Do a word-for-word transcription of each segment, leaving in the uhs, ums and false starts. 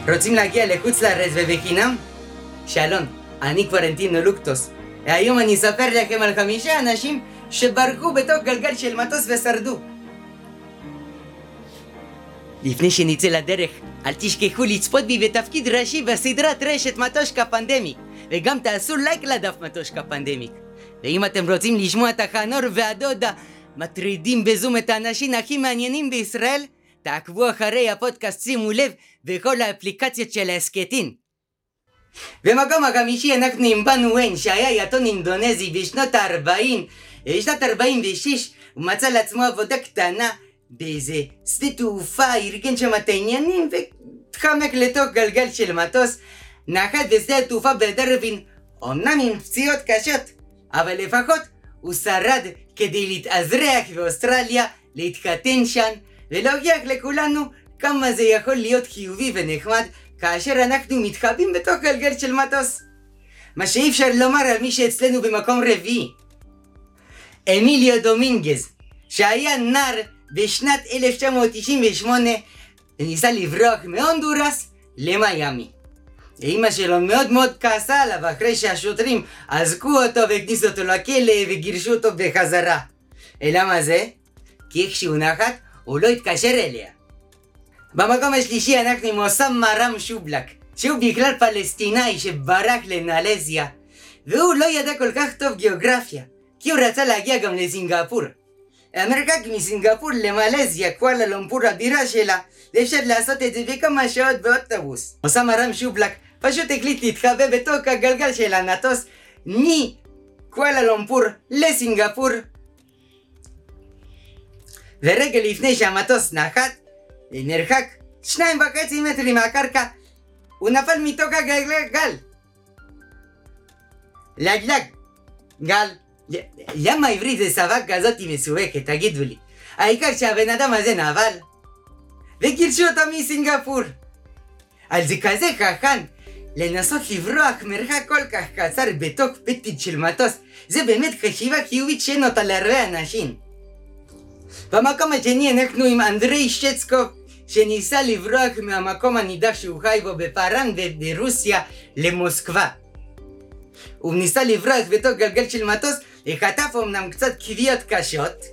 רוצים להגיע לחוץ לארץ ובחינם? שלום, אני קוורנטינו לוקטוס. היום אני אספר לכם על חמישה אנשים שברחו בתוך גלגל של מטוס ושרדו. לפני שנצא לדרך, אל תשכחו לצפות בי בתפקיד ראשי בסדרת רשת מטושקה פנדמיק, וגם תעשו לייק לדף מטושקה פנדמיק. ואם אתם רוצים לשמוע את החנור והדודה מטרידים בזום את האנשים הכי מעניינים בישראל, תעקבו אחרי הפודקאסט, שימו לב, בכל האפליקציות של ההסקטים. במקום החמישי אנחנו עם בנו וויין, שהיה יתום אינדונזי בשנות ה-ארבעים. בשנת ארבעים ושש הוא מצא לעצמו עבודה קטנה באיזה שדה תעופה, ארגן שם את העניינים והתחמק לתוך גלגל של מטוס. נחת בשדה התעופה בדרווין, אמנם עם פציעות קשות, אבל לפחות הוא שרד כדי להתאזרח באוסטרליה, להתחתן שם ולהוכיח לכולנו כמה זה יכול להיות חיובי ונחמד כאשר אנחנו מתחבאים בתוך גלגל של מטוס. מה שאי אפשר לומר על מי שאצלנו במקום רביעי, אמיליו דומינגז, שהיה נער בשנת אלף תשע מאות תשעים ושמונה וניסה לברוח מהונדורס למיאמי. אמא שלו מאוד מאוד כעסה עליו אחרי שהשוטרים אזקו אותו והכניסו אותו לכלא וגירשו אותו בחזרה. למה זה? כי כשהוא נחת הוא לא התקשר אליה. במקום השלישי אנחנו עם אוסאמה רם שובלק, שהוא בכלל פלסטינאי שברח לנלזיה, והוא לא ידע כל כך טוב גיאוגרפיה, כי הוא רצה להגיע גם לסינגפור. המרחק מסינגפור למלזיה, קואלה לומפור הבירה שלה, ואפשר לעשות את זה בכמה שעות באוטובוס. אוסאמה רם שובלק פשוט החליט להתחבא בתוך הגלגל של המטוס מקואלה לומפור לסינגפור, ורגע לפני שהמטוס נחת, נרחק שניים וחצי מטרים מהקרקע, הוא נפל מתוך הגלגל. לגלג, גל. למה עברית זה שפה כזאת מסובכת, תגידו לי? העיקר שהבן אדם הזה נבל וגירשו אותו מסינגפור. אז זה כזה חכם לנסות לברוח מרחק כל כך קצר בתוך פתית של מטוס. זה באמת חשיבה חיובית שאין אותה להרבה אנשים. במקום השני אנחנו עם אנדרי שצקוב, שניסה לברוח מהמקום הנידח שהוא חי בו בפארן ברוסיה למוסקבה. הוא ניסה לברוח בתוך גלגל של מטוס, חטף אמנם קצת כוויות קשות,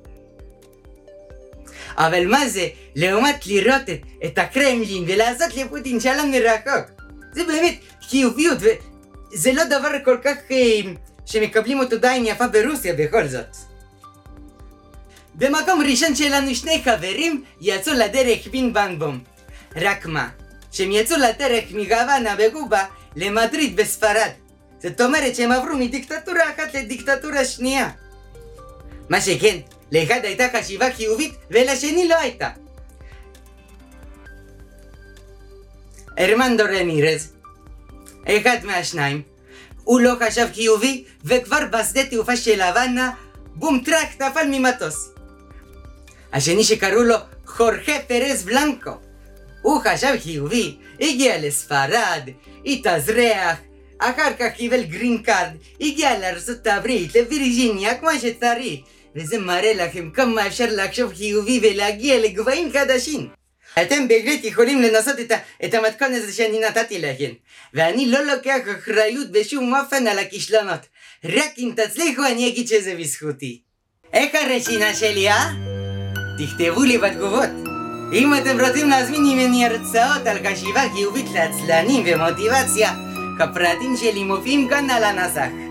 אבל מה זה לעומת לראות את, את הקרמלין ולעשות לפוטין שלום מרחוק? זה באמת חיוביות, וזה לא דבר כל כך אה, שמקבלים אותו דיין יפה ברוסיה בכל זאת. במקום ראשון שלנו שני חברים יצאו לדרך בין בנבום. רק מה, שהם יצאו לדרך מגוואנה בקובה למדריד בספרד. זאת אומרת שהם עברו מדיקטטורה אחת לדיקטטורה שנייה. מה שכן, לאחד הייתה חשיבה חיובית ולשני לא הייתה. ארמנדו רמירז, אחד מהשניים, הוא לא חשב חיובי וכבר בשדה תעופה של הוואנה, בום טראק נפל ממטוס. השני שקראו לו חורכה פרס בלנקו, הוא חשב חיובי, הגיע לספרד, התאזרח, אחר כך קיבל גרין קארד, הגיע לארצות הברית, לווירג'יניה כמו שצריך, וזה מראה לכם כמה אפשר לחשוב חיובי ולהגיע לגבהים חדשים. אתם בהחלט יכולים לנסות את, את המתכון הזה שאני נתתי לכם, ואני לא לוקח אחריות בשום אופן על הכישלונות, רק אם תצליחו אני אגיד שזה בזכותי. איך הרשימה שלי, אה? תכתבו לי בתגובות. אם אתם רוצים להזמין ממני הרצאות על חשיבה חיובית לעצלנים ומוטיבציה, הפרטים שלי מופיעים כאן על הנסח.